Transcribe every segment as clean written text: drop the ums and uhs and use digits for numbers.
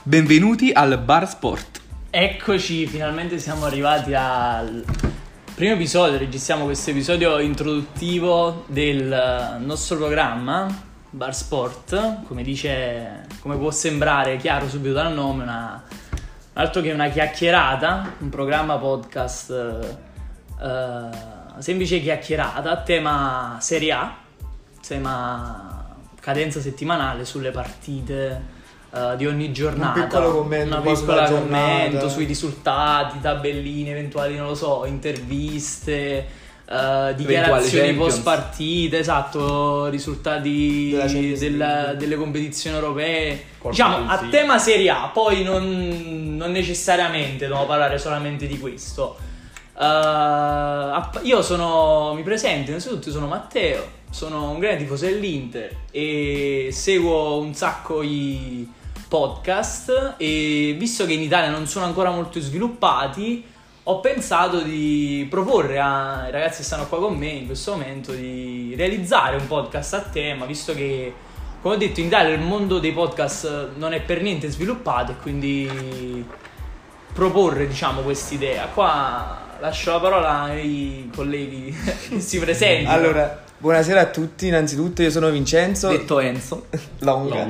Benvenuti al Bar Sport. Eccoci, finalmente siamo arrivati al primo episodio. Registriamo questo episodio introduttivo del nostro programma Bar Sport. Come può sembrare chiaro subito dal nome, altro che una chiacchierata, un programma podcast, semplice chiacchierata, tema Serie A, tema cadenza settimanale sulle partite di ogni giornata, un piccolo commento sui risultati, tabelline eventuali, non lo so, interviste, dichiarazioni post partite, esatto, risultati delle competizioni europee, diciamo a tema Serie A. Poi non necessariamente dobbiamo parlare solamente di questo. Mi presento, innanzitutto sono Matteo, sono un grande tifoso dell'Inter e seguo un sacco i podcast, e visto che in Italia non sono ancora molto sviluppati, ho pensato di proporre ai ragazzi che stanno qua con me in questo momento di realizzare un podcast a tema, visto che, come ho detto, in Italia il mondo dei podcast non è per niente sviluppato, e quindi proporre, diciamo, quest'idea. Qua lascio la parola ai colleghi che si presentino. Allora, buonasera a tutti. Innanzitutto io sono Vincenzo, detto Enzo Longa.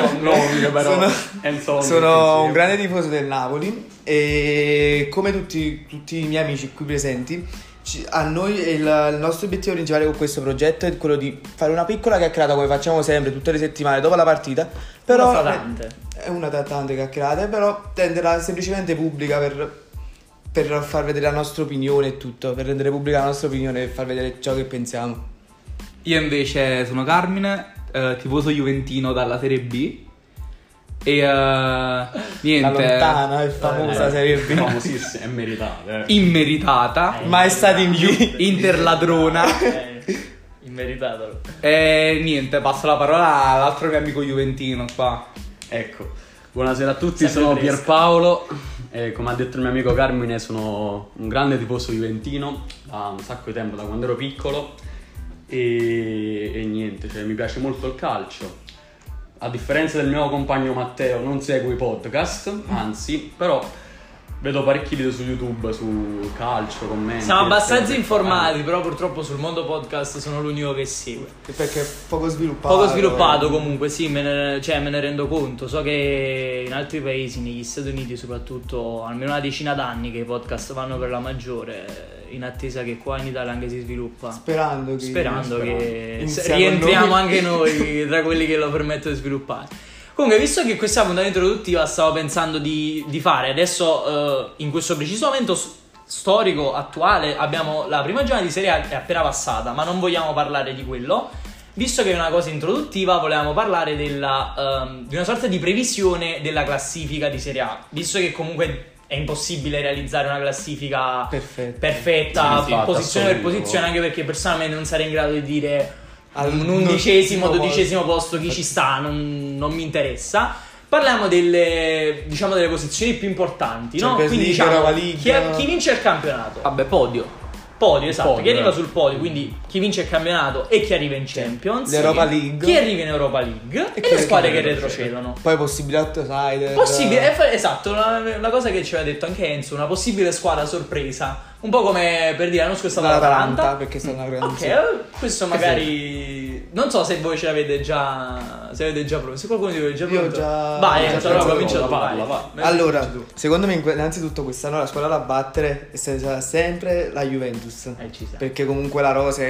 Enzo Sono un grande tifoso del Napoli e come tutti i miei amici qui presenti, a noi il nostro obiettivo principale con questo progetto è quello di fare una piccola chiacchierata, come facciamo sempre tutte le settimane dopo la partita, però è una tra tante chiacchierate, però renderla semplicemente pubblica per far vedere la nostra opinione e tutto, per rendere pubblica la nostra opinione e far vedere ciò che pensiamo. Io invece sono Carmine, tifoso juventino dalla Serie B. E niente, la lontana e famosa Serie B, famosissima, è meritata, immeritata, ma è stata in B. Inter ladrona. Immeritato. E niente, passo la parola all'altro mio amico juventino qua. Ecco, buonasera a tutti, Sempre sono fresco. Pierpaolo e come ha detto il mio amico Carmine sono un grande tifoso juventino da un sacco di tempo, da quando ero piccolo, e niente, cioè, mi piace molto il calcio. A differenza del mio compagno Matteo non seguo i podcast, anzi, però vedo parecchi video su YouTube su calcio, commenti. Siamo abbastanza eccetera. informati, però purtroppo sul mondo podcast sono l'unico che segue. Perché è poco sviluppato. Poco sviluppato comunque, sì, me ne rendo conto. So che in altri paesi, negli Stati Uniti soprattutto, almeno una decina d'anni che i podcast vanno per la maggiore, in attesa che qua in Italia anche si sviluppa. Sperando che Inizia rientriamo con noi. anche noi tra quelli che lo permettono di sviluppare. Comunque, visto che questa puntata introduttiva stavo pensando di fare adesso, in questo preciso momento storico attuale, abbiamo la prima giornata di Serie A è appena passata, ma non vogliamo parlare di quello. Visto che è una cosa introduttiva, volevamo parlare di una sorta di previsione della classifica di Serie A, visto che comunque è impossibile realizzare una classifica perfetta, Sì, posizione per assoluto. posizione, anche perché personalmente non sarei in grado di dire un undicesimo undicesimo, dodicesimo posto chi ci sta, non mi interessa. Parliamo delle posizioni più importanti, no? Champions Quindi League, diciamo Europa League. chi vince il campionato? Vabbè, podio. Podio, esatto, Podio, chi arriva sul podio, quindi chi vince il campionato e chi arriva in Champions, l'Europa League, chi arriva in Europa League e le squadre che retrocedono. poi possibili outsider. Esatto, una cosa che ci aveva detto anche Enzo, una possibile squadra sorpresa, un po' come per dire l'anno scorso è stata l'Atalanta, perché sta una grande. Ok, questo magari non so se voi ce l'avete già, se avete già pronto, se qualcuno di voi è già Io pronto. già- Vai, già Enzo, allora penso comincia da tu, parla, vai. va. Allora, Cominci tu. secondo me innanzitutto quest'anno la squadra da battere sarà sempre la Juventus, Ci sta. perché comunque la rosa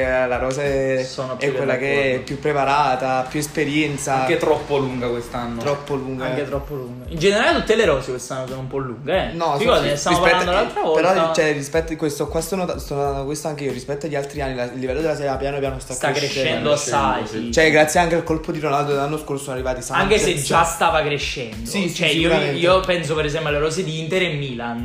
Sono è più quella che è d'accordo. più preparata, più esperienza, Anche troppo lunga quest'anno. troppo lunga. Anche troppo lunga. In generale tutte le rose quest'anno sono un po' lunghe, No, Ti ricordi, ne stavamo parlando l'altra volta. Però rispetto a questo qua sto notando questo anche io, rispetto agli altri anni il livello della Serie A piano piano sta crescendo assai, sì. Cioè grazie anche al colpo di Ronaldo dell'anno scorso sono arrivati Sanchez. Anche se già stava crescendo. Sì, cioè sì, io sicuramente. penso per esempio alle rose di Inter e Milan,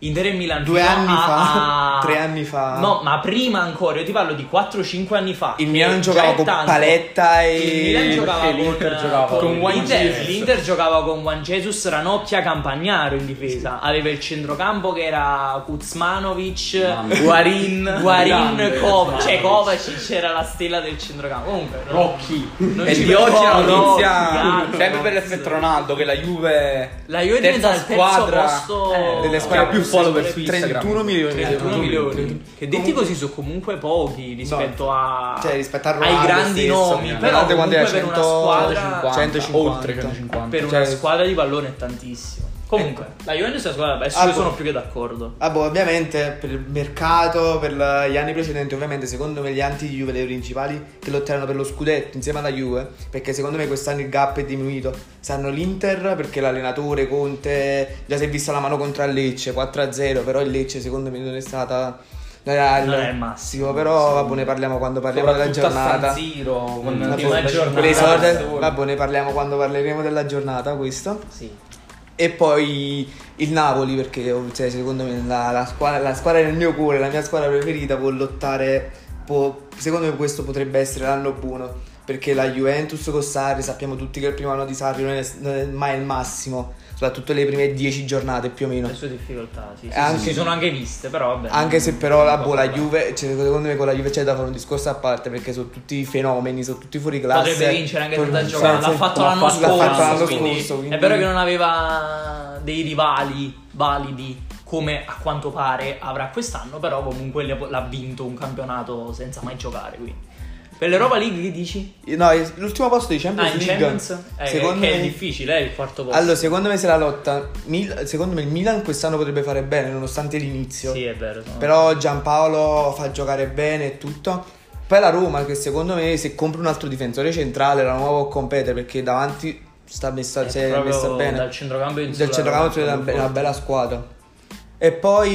Inter e Milan 2 fino anni a- fa, a- 3 anni fa. No, ma prima ancora, io ti parlo di 4-5 anni fa. Il Milan Già giocava è con tanto. Paletta e Il Milan giocava l'Inter giocava con Juan Jesus. L'Inter giocava con Juan Jesus, Ranocchia, Campagnaro in difesa. Aveva il centrocampo che era Kuzmanovic, Mamma. Guarin, Grande, Kovac. Cioè Kuzmanovic. Kovacic era la stella del centrocampo. Comunque, Rocchi. non E ci di oggi la penso, notizia, Rocchi, sempre per Rocchi. l'effetto Ronaldo, che la Juve, La Juve terza diventa il terzo squadra posto delle che squadre ha più follower su Instagram. 31 milioni. 31 milioni. Che detti così sono comunque pochi rispetto a Cioè, rispetto a ai Ronaldo grandi stesso. nomi. Ronaldo Però quando comunque era per una 100, squadra 150. oltre 150. per una Cioè- squadra di pallone è tantissimo. Comunque, la Juventus è una squadra bella, Ah, io sono più che d'accordo. Ah, boh, ovviamente per il mercato, per gli anni precedenti, ovviamente secondo me gli anti-Juve, le principali che lotteranno per lo scudetto insieme alla Juve, perché secondo me quest'anno il gap è diminuito. Saranno l'Inter, perché l'allenatore Conte già si è vista la mano contro il Lecce 4-0, però il Lecce secondo me non è stata... Non era Non è il massimo. però vabbè, ne parliamo quando parliamo della Soprattutto a San giornata. Siro, con Vabbè, tipo la giornata. le esordi- Sole. vabbè, ne parliamo quando parleremo della giornata, questo. Sì. E poi il Napoli, perché cioè, secondo me la squadra nel mio cuore, la mia squadra preferita, può lottare. Secondo me questo potrebbe essere l'anno buono. Perché la Juventus con Sarri, sappiamo tutti che il primo anno di Sarri non è mai il massimo, soprattutto le prime 10 giornate più o meno. Le sue difficoltà, sì. Anche- Si sono anche viste, però vabbè. Anche se però la Vabbè. Juve, cioè, secondo me con la Juve c'è da fare un discorso a parte, perché sono tutti fenomeni, sono tutti fuori classe. Potrebbe vincere anche tutta Sì, giocata. L'ha sì, fatto l'ha l'anno fatto l'anno scorso. Quindi scorso, quindi- È vero che non aveva dei rivali validi come a quanto pare avrà quest'anno, però comunque l'ha vinto un campionato senza mai giocare. Quindi. Per l'Europa League che dici? No, l'ultimo posto di Champions in League. Champions? Secondo che me è difficile, il quarto posto. Allora, secondo me se la lotta. Secondo me il Milan quest'anno potrebbe fare bene, nonostante l'inizio. Sì, è vero. Però Giampaolo fa giocare bene e tutto. Poi la Roma, che secondo me se compra un altro difensore centrale, la Roma può competere, perché davanti sta messa, si è messa bene. Dal centrocampo in Del centrocampo c'è una bella squadra. E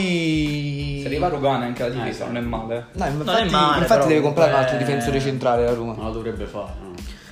poi. Se arriva Rugani anche la difesa, non è male. No, Non infatti, è male, infatti però deve comprare un comunque- altro difensore centrale la Roma. Non la dovrebbe fare, no?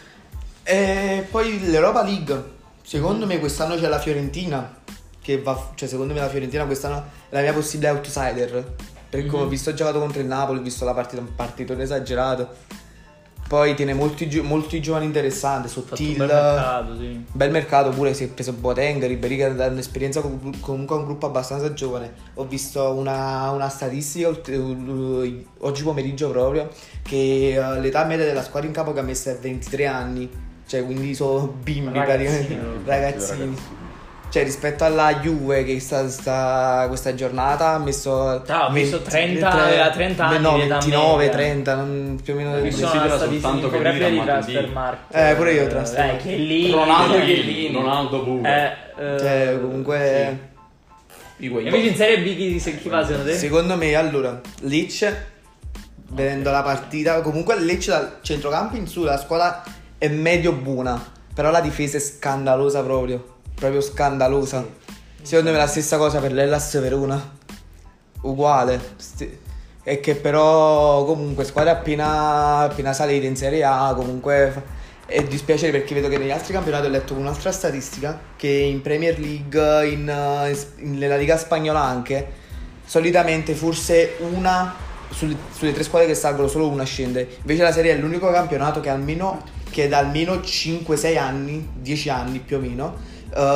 E poi l'Europa League. Secondo me quest'anno c'è la Fiorentina. Che va. Cioè, secondo me la Fiorentina quest'anno è la mia possibile outsider. Perché come ho visto ho giocato contro il Napoli, ho visto la partita, un partitone esagerato. Poi tiene molti giovani interessanti. Fatto un Sottil. bel mercato, sì. Bel mercato pure, si è preso Boateng, Ribéry che ha un'esperienza comunque a un gruppo abbastanza giovane. Ho visto una statistica oggi pomeriggio proprio che l'età media della squadra in capo che ha messo è 23 anni. Cioè quindi sono bimbi praticamente, ragazzini. Cioè rispetto alla Juve che questa giornata ha messo Ha messo 30 anni no, di età 29, media. 30, più o meno Ho visto Considera una statistica soltanto che infografia di Milan, ma Transfermarkt. pure io Transfermarkt. Che lì Ronaldo che Ronaldo pure. Cioè comunque Invece in Serie B chi va secondo te? secondo me allora Lecce vedendo la partita comunque il Lecce dal centrocampo in su la squadra è medio buona, però la difesa è scandalosa proprio scandalosa. Secondo me la stessa cosa per l'Hellas Verona, uguale. E che però comunque squadra appena salita in Serie A comunque è dispiacere, perché vedo che negli altri campionati ho letto un'altra statistica che in Premier League, nella Liga Spagnola anche, solitamente forse una sulle 3 squadre che salgono solo una scende. Invece la Serie A è l'unico campionato che da almeno 5-6 anni, 10 anni più o meno,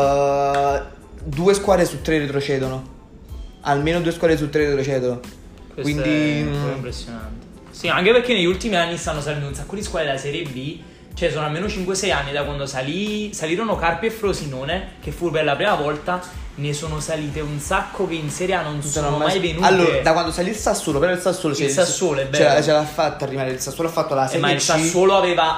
2 squadre su 3 retrocedono. Almeno 2 squadre su 3 retrocedono. Questo Quindi è un po' impressionante. Sì, anche perché negli ultimi anni stanno salendo un sacco di squadre della Serie B. Cioè sono almeno 5-6 anni da quando salirono Carpi e Frosinone, che fu per la prima volta. Ne sono salite un sacco che in Serie A non sono mai venute. Allora, da quando salì il Sassuolo, però il Sassuolo Il Sassuolo, è vero. ce l'ha fatta arrivare. Il Sassuolo ha fatto la Serie Ma il C. Sassuolo aveva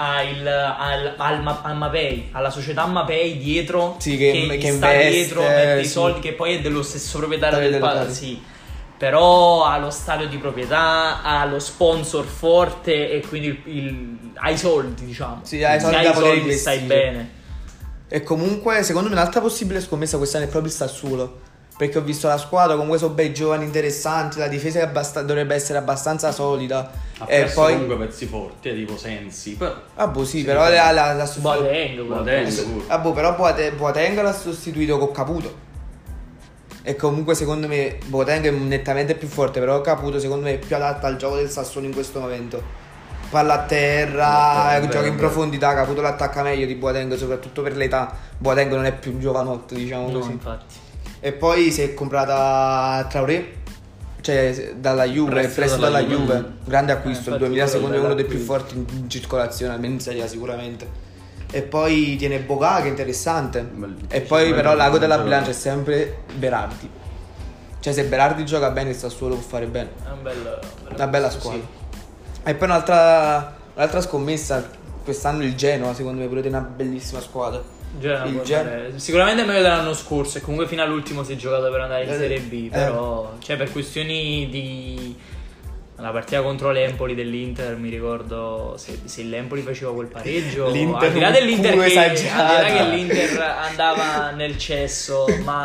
al Mapei, alla società Mapei dietro, Sì, che che gli sta investe, dietro, mette i sì. soldi, che poi è dello stesso proprietario Del del locale. palazzo. Sì. Però ha lo stadio di proprietà, ha lo sponsor forte e quindi ha i soldi, diciamo. Sì, ha i soldi Se da hai i poter soldi stai investire. bene. E comunque, secondo me, un'altra possibile scommessa quest'anno è proprio il Sassuolo. Perché ho visto la squadra, comunque sono bei giovani interessanti, la difesa è dovrebbe essere abbastanza solida. Ha E preso poi. comunque pezzi forti, tipo Sensi. Però Ah, boh, sì, Sì, però sì. la Boateng, Boateng pure. Ah, boh, però Boateng l'ha sostituito con Caputo. E comunque secondo me Boateng è nettamente più forte, però Caputo secondo me è più adatta al gioco del Sassuolo in questo momento. Palla a terra, gioca in profondità, Caputo l'attacca meglio di Boateng, soprattutto per l'età. Boateng non è più un giovanotto, diciamo No, così. infatti. E poi si è comprata Traoré, cioè dalla Juve, preso dalla Juve. Grande acquisto, il infatti 2000 quello secondo me è uno dei più bell'acquisto. forti in circolazione, almeno in Serie A sicuramente. E poi tiene Boga, che è interessante. E poi però l'ago della bilancia è sempre Berardi. Cioè se Berardi gioca bene il Sassuolo può fare bene. È un bel Una bella sì. squadra. E poi un'altra scommessa, quest'anno il Genoa secondo me pure tiene una bellissima squadra. Il Sicuramente è meglio dell'anno scorso e comunque fino all'ultimo si è giocato per andare in Serie B, Eh. però cioè per questioni di la partita contro l'Empoli dell'Inter mi ricordo se l'Empoli faceva quel pareggio, L'Inter al di là un dell'Inter culo che, al esagerato. di là che l'Inter andava nel cesso,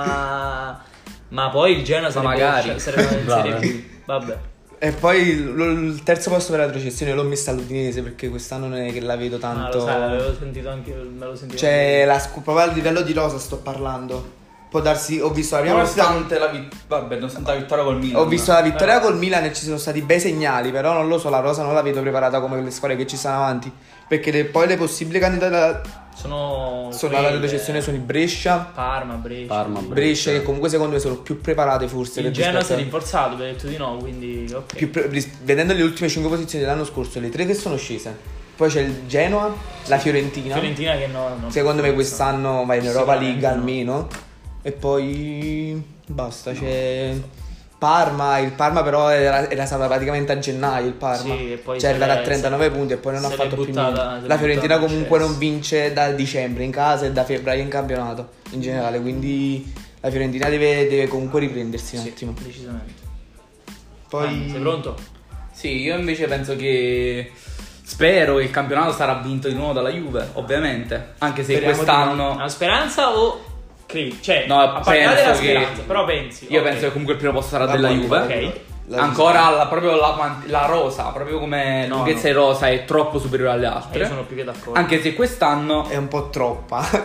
ma poi il Genoa magari. sarebbe andato in Serie Bravo. B. Vabbè. E poi il terzo posto per la retrocessione l'ho messa all'Udinese perché quest'anno non è che la vedo tanto. Lo sai, l'avevo sentito anche, me lo sentivo. Cioè proprio a livello di rosa sto parlando. Può darsi, ho visto la prima partita. nonostante la vittoria col Milan. Ho visto la vittoria col Milan e ci sono stati bei segnali, però non lo so, la rosa non la vedo preparata come le squadre che ci stanno avanti. Perché poi le possibili candidate sono alla retrocessione sono il Brescia. Parma, Brescia che comunque secondo me sono più preparate forse. Il Genoa si è rinforzato, vi ho detto di no, quindi ok. Vedendo le ultime 5 posizioni dell'anno scorso, le 3 che sono scese. Poi c'è il Genoa, la Fiorentina. Fiorentina che no, Secondo me quest'anno va in Europa Sicuramente League no. almeno. E poi basta, c'è Parma. Il Parma però era stato praticamente a gennaio il Parma. Sì, e poi cioè è arrivato a se 39 punti e poi non ha se fatto l'è più buttata- niente. se La l'è Fiorentina buttata comunque al non vince da dicembre in casa e da febbraio in campionato in generale, quindi la Fiorentina deve comunque riprendersi un attimo. Decisamente. Poi Sei pronto? Sì, io invece penso che spero che il campionato sarà vinto di nuovo dalla Juve, ovviamente. Anche se Speriamo quest'anno Una speranza o cioè, No, a parte penso la che- speranza, però pensi. io ok. penso che comunque il primo posto sarà Va della bene, Juve. va bene. Ok. La- Proprio la rosa, proprio come No, lunghezza no. di rosa è troppo superiore alle altre. Io sono più che d'accordo. Anche se quest'anno è un po' troppa.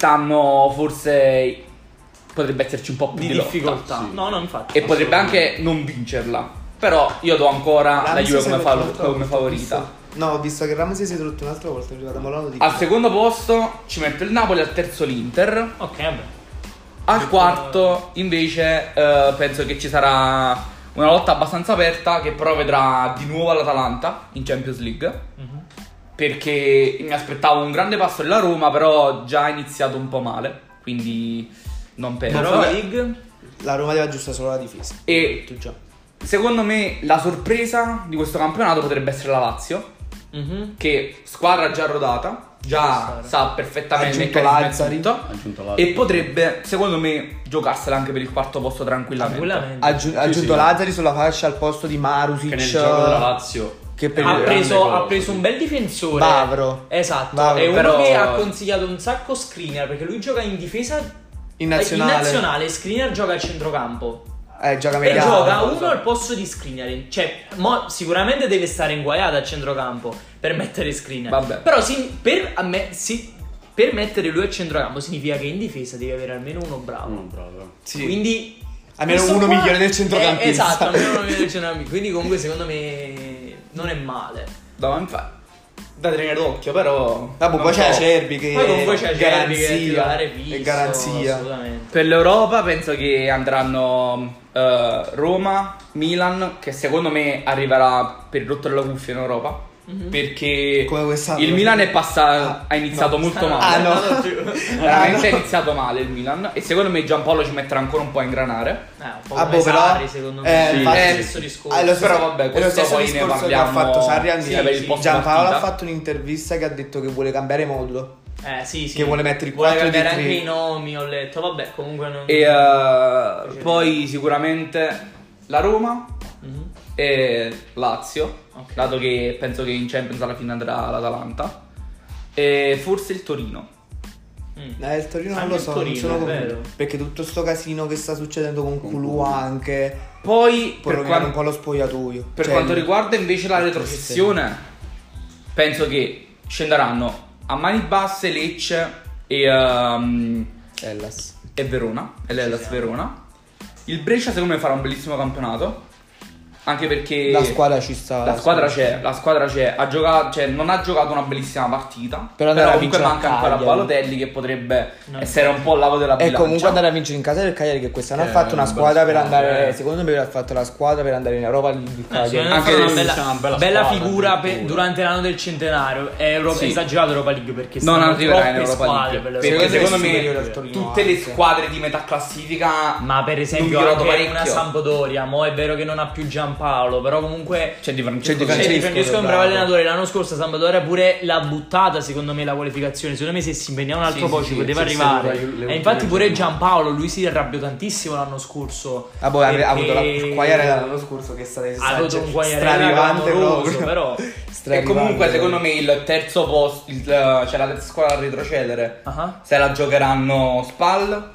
forse potrebbe esserci un po' più di di lotta. difficoltà. Sì. No, infatti. E potrebbe anche non vincerla. Però io do ancora la Ramsey Juve si è come, rotto un'altra come volta, ho favorita. visto. No, ho visto che Ramsey si è rotto un'altra volta, è arrivata Molano di Al secondo posto ci metto il Napoli, al terzo l'Inter. Ok, vabbè. Al quarto invece penso che ci sarà una lotta abbastanza aperta che però vedrà di nuovo l'Atalanta in Champions League. Perché mi aspettavo un grande passo della Roma, però già ha iniziato un po' male. Quindi non penso. Europa League. La Roma deve aggiustare solo la difesa. E Detto già. secondo me la sorpresa di questo campionato potrebbe essere la Lazio, che squadra già rodata, già sa perfettamente Aggiunto meccanismi e Lazzari. tutto, Aggiunto e l'altro. potrebbe secondo me giocarsela anche per il quarto posto tranquillamente. Ha aggiunto sì. Lazzari sulla fascia al posto di Marusic. Che nel gioco della Lazio Che per Ha grande preso colpo, un bel difensore. Vavro. Esatto. Vavro, è uno però- che ha consigliato un sacco Skriniar perché lui gioca in difesa in nazionale. Skriniar gioca al centrocampo. Gioca E mediano. gioca uno al posto di Skriniar. Cioè, sicuramente deve stare inguaiato al centrocampo per mettere Skriniar. Vabbè. Però per mettere lui al centrocampo significa che in difesa devi avere almeno uno bravo. No, bravo. Sì. Quindi Almeno questo uno qua migliore del centrocampista. esatto, almeno uno migliore del centrocampista. Quindi comunque secondo me non è male. Da tenere d'occhio, però. Vabbè, non poi c'è so. Acerbi che Poi comunque c'è Acerbi che è titolare garanzia. fisso, È garanzia. assolutamente. Per l'Europa penso che andranno Roma, Milan, che secondo me arriverà per il rotto della cuffia in Europa. Perché Come quest'anno. il Milan ha iniziato molto male. Ah, no. Veramente è iniziato male il Milan. E secondo me Giampaolo ci metterà ancora un po' a ingranare. Un po' Ah, come boh, però- Sarri, secondo me. sì. Infatti, Eh, stesso discorso. lo stesso- Però vabbè, è lo questo stesso poi ne discorso che parliamo ha fatto Sarri al sì, Milan. per il post Giampaolo ha partita. fatto un'intervista che ha detto che vuole cambiare modulo. Sì, sì. Che vuole mettere il Vuole 4 di cambiare 3. anche i nomi, ho letto. Vabbè, comunque non. E poi sicuramente la Roma Mhm. e Lazio, Ok. dato che penso che in Champions alla fine andrà l'Atalanta. E forse il Torino. Il Torino non Anche lo il so, Torino, non sono è convinto. vero. Perché tutto sto casino che sta succedendo con Kulu anche Poi può per, rovinare un quan- po' lo spogliatoio. per Cioè, quanto riguarda invece la retrocessione, penso che scenderanno a mani basse Lecce e Hellas. Verona, e l'Hellas Verona. Il Brescia secondo me farà un bellissimo campionato. Anche perché La squadra ci sta. La squadra c'è. Ha giocato, cioè, non ha giocato una bellissima partita. Però Però andare a comunque vincere a manca ancora Cagliari. Balotelli, che potrebbe essere un po' il lago della E bilancia. comunque andare a vincere in casa del Cagliari, che quest'anno ha fatto una squadra per andare. Secondo me ha fatto la squadra per andare in Europa League. il Cagliari. Secondo me Anche fa una se bella, c'è una bella bella squadra, figura addirittura. durante l'anno del centenario. È Sì. esagerato Europa League perché Non stanno arriverà in troppe Europa squadre League, per perché secondo me superiore al Torino, tutte le anche. squadre di metà classifica Ma per esempio hanno migliorato anche parecchio. una Sampdoria, mo è vero che non ha più Giampaolo, però comunque C'è Di C'è Francesco. Di Di Francesco è un bravo bravo. allenatore. L'anno scorso Sampdoria pure l'ha buttata secondo me la qualificazione. Secondo me se si impegnava un altro Sì, po' sì, ci sì, poteva sì, arrivare. sì, le E ultime infatti pure giornate. Giampaolo, lui si arrabbiò tantissimo l'anno scorso. Ah, poi ha avuto la perché Quagliare l'anno scorso che è stata ha avuto un Quagliarella straripante clamoroso, proprio. però E comunque secondo me il terzo posto, c'è la terza squadra a retrocedere. Ah. Se la giocheranno Spal,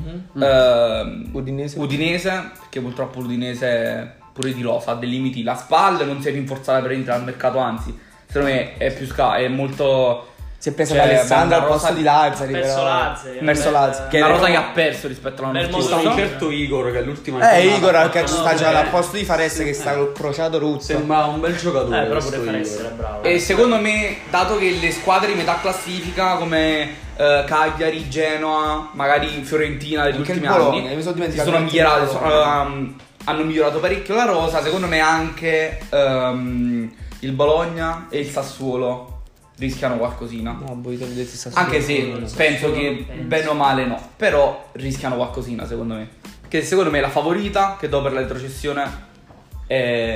Udinese. perché purtroppo l'Udinese pure di Rosa ha dei limiti. La Spal non si è rinforzata per entrare al mercato, anzi secondo me è più è molto. Si è presa Cioè, Alessandro al una posto rosa- di Lazzari. perso però- Lazzari, Perso vabbè. Lazzari. Che è una rosa che ha perso rispetto all'anno Bel Ci modo sta scorso. un di- certo Igor che è l'ultima giornata Igor ha che fatto sta una giocando al cosa- posto di Fares che sta col crociato rotto. Sembra un bel giocatore. Però questo pure Fares Igor. era bravo. E secondo me, dato che le squadre di metà classifica come Cagliari, Genoa, magari Fiorentina degli Anche il ultimi Bologna, anni mi sono si dimenticato sono anche il migliorate, Bologna. hanno migliorato parecchio la rosa. Secondo me anche il Bologna e il Sassuolo rischiano qualcosina. No, voi te l'ho detto stasera. Anche se penso che bene o male no, però rischiano qualcosina secondo me. Che secondo me la favorita che do per la retrocessione è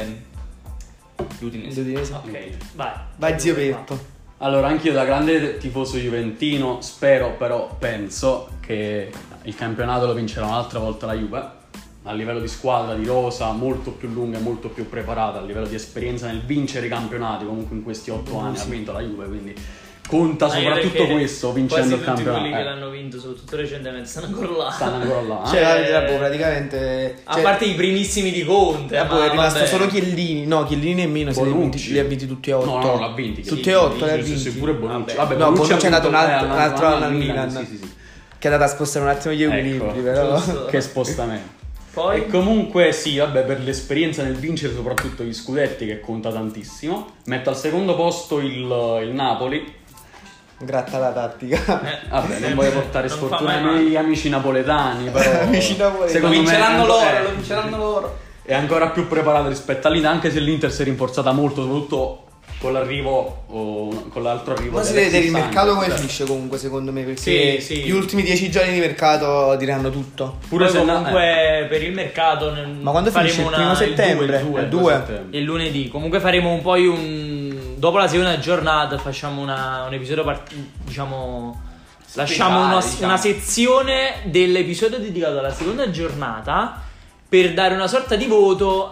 l'Udinese. L'Udinese. Ok, vai. Vai zio Peppo. Allora, anch'io da grande tifoso juventino spero, però penso che il campionato lo vincerà un'altra volta la Juve. A livello di squadra, di rosa, molto più lunga e molto più preparata, a livello di esperienza nel vincere i campionati. Comunque in questi 8 anni ha vinto la Juve, quindi conta soprattutto questo, vincendo il quasi tutti quelli campionato. che l'hanno vinto, soprattutto recentemente, stanno ancora là. Stanno ancora là. Cioè, praticamente. A parte i primissimi di Conte, poi è rimasto vabbè. solo Chiellini. No, Chiellini nemmeno. Se Bonucci. li ha vinti tutti e 8. No, no, l'ha vinti. Tutti e 8 li ha Sì, vinti. pure Bonucci. Vabbè. No, Bonucci è andato un ha altro vinto anno al Milan. Milan. Sì. Che è andato a spostare un attimo gli equilibri, Ecco. però. Giusto. Che spostamento. Poi E comunque sì, vabbè, per l'esperienza nel vincere soprattutto gli scudetti, che conta tantissimo. Metto al secondo posto il Napoli. Gratta la tattica. Vabbè, non voglio portare Non sfortuna fa ai mai male. miei amici napoletani, però Amici napoletani. Lo secondo me vinceranno è loro, ancora- lo vinceranno loro. è ancora più preparato rispetto all'Inter, anche se l'Inter si è rinforzata molto, soprattutto con l'arrivo con l'altro arrivo Ma si di deve vedere il Alexis mercato come Sanchez. finisce comunque secondo me. Perché Sì, sì. gli ultimi 10 giorni di mercato diranno tutto. Pure poi se comunque per il mercato Ma quando finisce? Il primo settembre? Il 2. settembre. il lunedì. Comunque faremo un poi dopo la seconda giornata facciamo un episodio diciamo lasciamo una sezione dell'episodio dedicato alla seconda giornata per dare una sorta di voto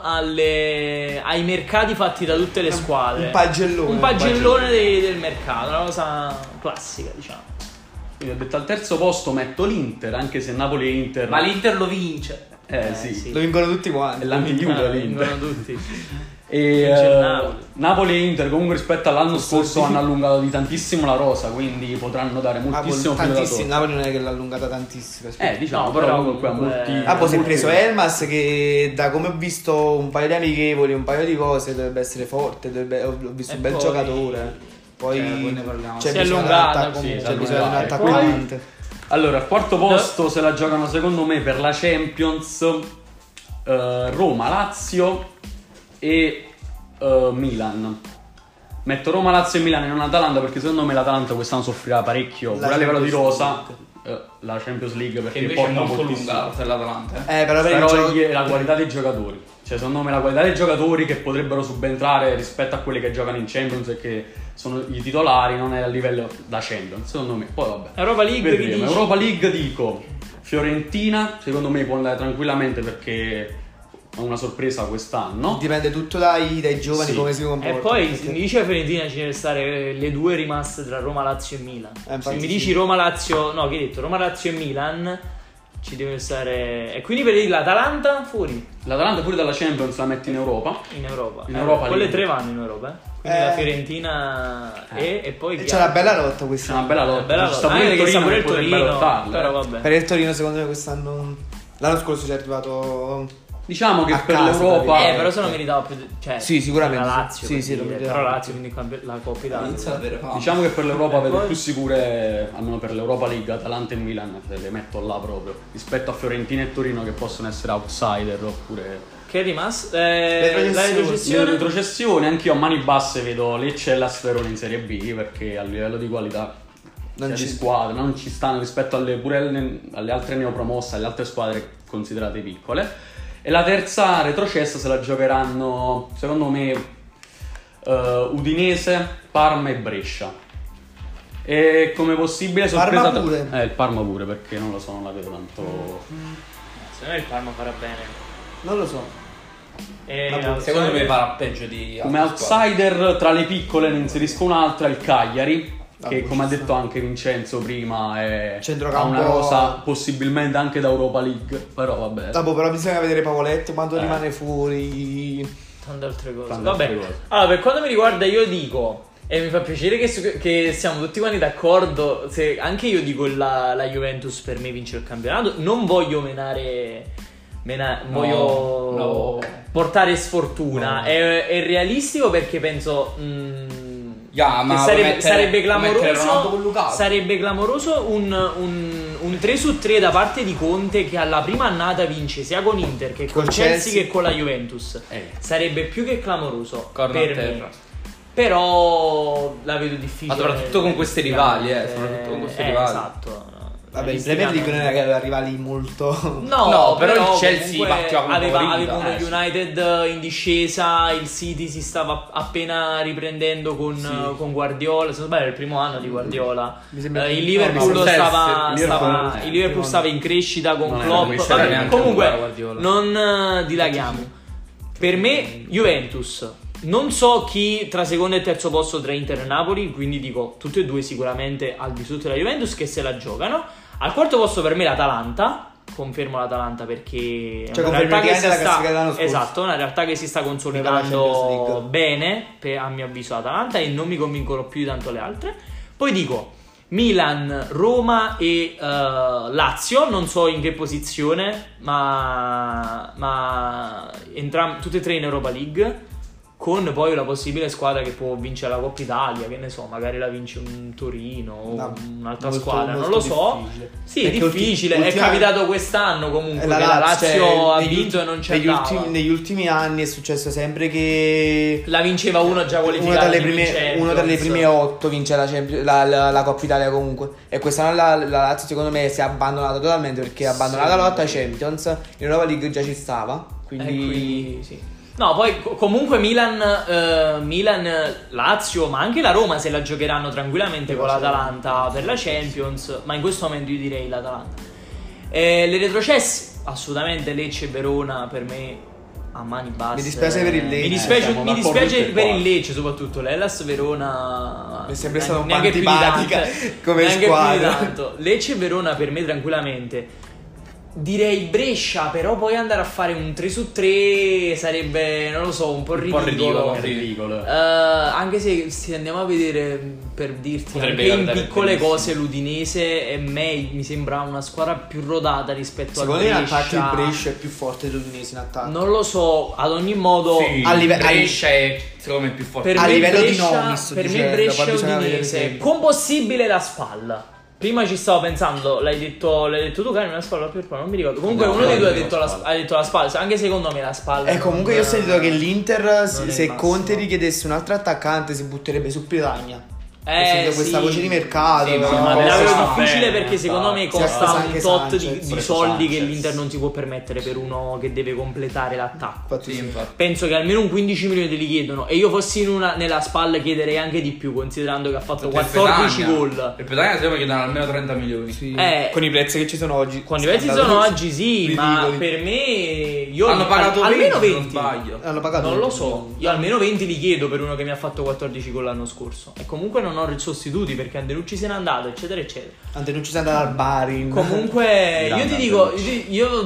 ai mercati fatti da tutte le squadre. Un pagellone. Un pagellone del mercato, una cosa classica, diciamo. Quindi ho detto al terzo posto metto l'Inter, anche se Napoli e Inter. Ma l'Inter lo vince. Sì. sì. Lo vincono tutti quanti. È l'anti-Juve l'Inter. Vincono tutti. E Vince il Napoli. Napoli e Inter comunque rispetto all'anno scorso hanno allungato di tantissimo la rosa, quindi potranno dare moltissimo filo da Tantissimo. torcere. Napoli non è che l'ha allungata tantissimo. Diciamo, No, però però comunque ha comunque- molti. Ah, poi si è molti- preso Elmas che da come ho visto un paio di amichevoli, un paio di cose, dovrebbe essere forte, ho visto E un bel poi- giocatore. Poi poi ne parliamo. c'è Si è bisogno di un allungata, attacco- sì, c'è si è bisogno di un allungata. attaccante. Allora, al quarto posto se la giocano secondo me per la Champions Roma, Lazio e Milan. Metto Roma, Lazio e Milan e non Atalanta perché secondo me l'Atalanta quest'anno soffrirà parecchio La pure a livello di Champions rosa. La Champions League Che perché invece è porta molto moltissimo. lunga per l'Atalanta. Però per il Però gioco- la qualità dei giocatori, cioè secondo me la qualità dei giocatori che potrebbero subentrare rispetto a quelli che giocano in Champions e che sono i titolari non è a livello da Champions, secondo me. Poi vabbè. Europa League, che Vedremo. dici? Europa League dico Fiorentina, secondo me può andare tranquillamente perché è una sorpresa quest'anno. dipende tutto dai giovani Sì. come si E comportano. poi perché- se mi dice Fiorentina ci deve stare le due rimaste tra Roma, Lazio e Milan. Se infatti mi sì. dici Roma, Lazio, no, che hai detto Roma, Lazio e Milan ci deve stare. E quindi per l'Atalanta fuori L'Atalanta pure dalla Champions la metti in Europa. in Europa. In Europa quelle League. tre vanno in Europa, Quindi la Fiorentina e poi C'è una bella lotta C'è quest'anno. una bella lotta. bella Ci sta lotta. pure il Anche che sta Torino pure che il potrebbe Torino, lottarla. però vabbè. Per il Torino secondo me quest'anno L'anno scorso si è arrivato. Diciamo che A per casa, l'Europa però se non meritava più cioè Sì, sicuramente. la Lazio, Sì, per lo dire. meritava. Però la Lazio quindi la Coppa Italia. Inizia ad avere fame. Diciamo che per l'Europa vedo Poi- più sicure, almeno per l'Europa League, Atalanta e Milan, se le metto là proprio, rispetto a Fiorentina e Torino che possono essere outsider oppure... Che è rimasto? Retrocessione. La In retrocessione. retrocessione, anch'io a mani basse vedo Lecce e la Verona in Serie B perché a livello di qualità Non sia ci- di squadra non ci stanno rispetto alle altre neopromosse, alle altre squadre considerate piccole. E la terza retrocessa se la giocheranno, secondo me, Udinese, Parma e Brescia. E come possibile Parma sorpresa... pure? Il Parma pure, perché non lo so, non la vedo tanto... Secondo me il Parma farà bene. Non lo so. Secondo me farà peggio di Come altre squadre. outsider tra le piccole ne inserisco un'altra, il Cagliari, che Ah, come ha ci detto anche Vincenzo prima ha Centrocampo- una rosa possibilmente anche da Europa League, però vabbè. Dopo però bisogna vedere Pavoletto quando rimane fuori. Tante altre cose. Tante Vabbè. altre cose. Allora, per quanto mi riguarda, io dico, e mi fa piacere che siamo tutti quanti d'accordo. Se anche io dico la Juventus per me vince il campionato. Non voglio voglio no. portare sfortuna. No. È realistico perché penso. Ma che vuoi sarebbe vuoi mettere Ronaldo con clamoroso. Lukaku? Sarebbe clamoroso un 3-3 da parte di Conte che alla prima annata vince sia con Inter che Col con Chelsea Chelsea. che con la Juventus. Sarebbe più che clamoroso Corno a per terra. me. Però la vedo difficile. Ma soprattutto con queste rivali, soprattutto con queste rivali. Esatto. Vabbè, in Premier League non era che aveva rivali molto. No, però il Chelsea comunque partiva come aveva favorita, uno sì. United in discesa, il City si stava appena riprendendo con Guardiola, se non sbaglio era il primo anno di Guardiola. Mi sembra Il che- Liverpool no, il Liverpool stava in crescita con Non era Klopp. questo, Vabbè, neanche comunque ancora Guardiola. non dilaghiamo. Per me Juventus. Non so chi tra secondo e terzo posto tra Inter e Napoli, quindi dico tutte e due sicuramente al di sotto della Juventus che se la giocano. Al quarto posto per me l'Atalanta, confermo l'Atalanta perché è Cioè, una confermi realtà che praticamente si la sta, classifica dell'anno scorso. esatto, una realtà che si sta Per la Champions consolidando League. bene, a mio avviso l'Atalanta, e non mi convincono più di tanto le altre. Poi dico Milan, Roma e Lazio, non so in che posizione, ma tutte e tre in Europa League. Con poi la possibile squadra che può vincere la Coppa Italia, che ne so, magari la vince un Torino o No, un'altra molto- squadra, non molto lo so. difficile. Sì, Perché è difficile, è ultima- capitato quest'anno comunque La che la Lazio, Lazio ha negli vinto e ultimi- non c'è andava. negli ultimi anni è successo sempre che La vinceva uno già qualificato uno delle prime 8 vince la Coppa Italia comunque. E quest'anno la Lazio secondo me si è abbandonata totalmente perché ha abbandonato la lotta Champions. In Europa League già ci stava. Quindi sì. No, poi comunque Milan, Lazio, ma anche la Roma se la giocheranno tranquillamente con l'Atalanta per la Champions. Ma in questo momento io direi l'Atalanta. Le retrocesse, assolutamente Lecce e Verona per me a mani basse. Mi dispiace per il Lecce. Mi dispiace, Siamo mi d'accordo dispiace tutti e per il quattro. Lecce soprattutto. L'Hellas Verona Mi è sempre stata un po' neanche più di antipatica tanto. come Neanche più di squadra. tanto. Lecce e Verona per me tranquillamente. Direi Brescia, però poi andare a fare un 3-3 sarebbe, non lo so, un po' ridicolo. ridicolo, È sì. ridicolo. Anche se andiamo a vedere, per dirti, Potrebbe anche in capitare piccole benissimo. cose l'Udinese e mi sembra una squadra più rodata rispetto secondo a me in Brescia. attacco il Brescia è più forte dell'Udinese in attacco. Non lo so, ad ogni modo Sì, a livello- Brescia è secondo me più forte. per a me livello di Brescia, nomi, sto per me dicendo, Brescia poi e bisogna vedere Udinese sempre. con possibile la spalla. Prima ci stavo pensando, l'hai detto tu, Carmen, la spalla per non mi ricordo. Comunque No, uno dei due ha no, detto, la ha detto la spalla, anche secondo me la spalla. E comunque io ho sentito che l'Inter è se il Conte massimo. richiedesse un altro attaccante si butterebbe su Piragna. Ho Eh, sentito questa sì. voce di mercato. Sì, no? ma Ma la vedo Costa difficile bene, perché secondo me infatti. costa Sì, un anche tot Sanchez, di preso soldi che Sanchez. l'Inter non si può permettere per uno che deve completare l'attacco. Infatti Sì, sì. infatti. Penso che almeno un 15 milioni te li chiedono. E io fossi nella spalla chiederei anche di più, considerando che ha fatto 14 gol. Il Petagna secondo me chiedono almeno 30 milioni. Sì. Eh, Con i prezzi che ci sono oggi. Con i prezzi Scandalosi. sono oggi sì, ma Ridicoli. per me io Hanno pagato almeno 20, se non 20. sbaglio. Hanno pagato Non lo 20 so, milioni. io almeno 20 li chiedo per uno che mi ha fatto 14 gol l'anno scorso. E comunque non ho sostituti perché Andelucci se n'è andato, eccetera, eccetera. Antenucci si è andato al Bari. Comunque, io Grande ti dico, Antenucci. io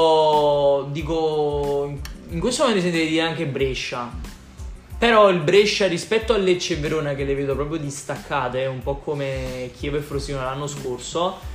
dico, in questo momento sentite dire anche Brescia. Però il Brescia rispetto a Lecce e Verona, che le vedo proprio distaccate, un po' come Chievo e Frosinone l'anno scorso,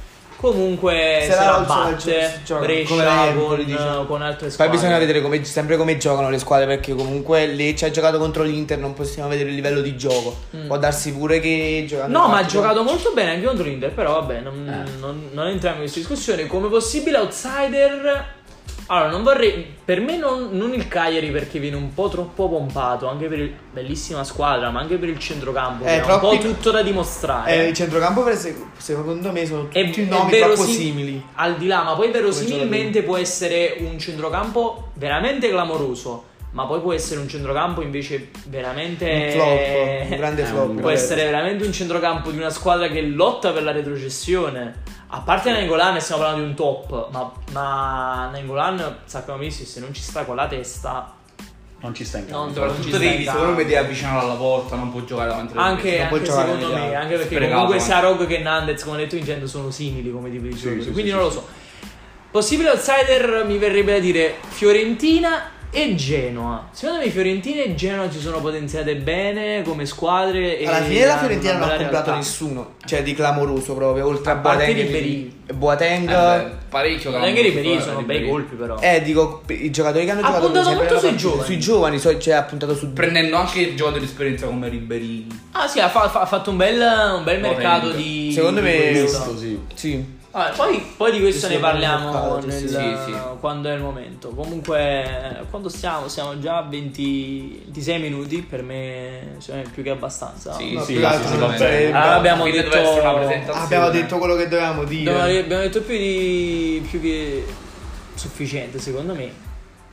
comunque Se se la la alzano, batte gioca Brescia come l'Empoli, diciamo. con altre Poi squadre. bisogna vedere sempre come giocano le squadre, perché comunque Lecce ha giocato contro l'Inter, non possiamo vedere il livello di gioco. Può darsi pure che giocando No, ma ha partite- giocato molto bene anche contro l'Inter, però vabbè, non entriamo in questa discussione. Come possibile outsider, allora non vorrei, per me non il Cagliari, perché viene un po' troppo pompato, anche per il bellissima squadra, ma anche per il centrocampo, che ha un troppi- po' tutto da dimostrare. il centrocampo secondo me sono È tutti nomi troppo simili. al di là, ma poi verosimilmente può essere un centrocampo veramente clamoroso, ma poi può essere un centrocampo invece veramente Un flop, un grande flop. può essere veramente un centrocampo di una squadra che lotta per la retrocessione. A parte Nainggolan, stiamo parlando di un top, ma Nainggolan sappiamo benissimo, se non ci sta con la testa Non ci sta in campo. non ci Soprattutto sta in devi, campo. secondo me, devi avvicinarlo alla porta, non può giocare davanti alla Anche, non può anche giocare secondo me, mediano. anche perché Sprecato, comunque anche. sia Rogue che Nandez, come detto Vincenzo, sono simili come tipi di giocatori, sì, quindi sì, non lo so. Possibile outsider mi verrebbe da dire Fiorentina e Genoa. Secondo me Fiorentina e Genoa ci sono potenziate bene come squadre e Alla fine la hanno Fiorentina una non ha bella comprato realtà. nessuno, cioè di clamoroso proprio, oltre a parte Boateng Ribéry. e Boateng. parecchio Anche Ribéry clamoroso, sono bei Ribéry. colpi però. Dico, i giocatori che hanno Ha giocato puntato per esempio molto nella sui partita- giovani. sui giovani, cioè ha puntato su Prendendo anche giocatori di esperienza come Ribéry. Ah sì, ha fatto un bel mercato di Secondo di me- questo. Questo sì. Sì. Vabbè, poi di questo Sì, ne sì, parliamo mercato, nel- sì. quando è il momento. Comunque, quando stiamo? Siamo già a 26 minuti. Per me, secondo me, più che abbastanza. Sì, No, sì, più che altro sì, non va sarebbe- bene. Allora abbiamo Quindi detto- deve essere una presentazione. Abbiamo detto quello che dovevamo dire. Abbiamo detto più che sufficiente, secondo me.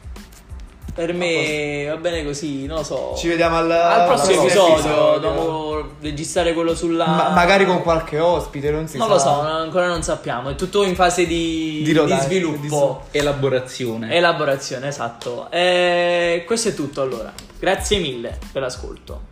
Per me va bene così, non lo so. Ci vediamo al prossimo episodio. episodio. Dobbiamo registrare quello sulla. Magari con qualche ospite, non si Non sa. lo so, ancora non sappiamo. È tutto in fase di rodaggio, sviluppo. Elaborazione. Elaborazione, esatto. Questo è tutto allora. Grazie mille per l'ascolto.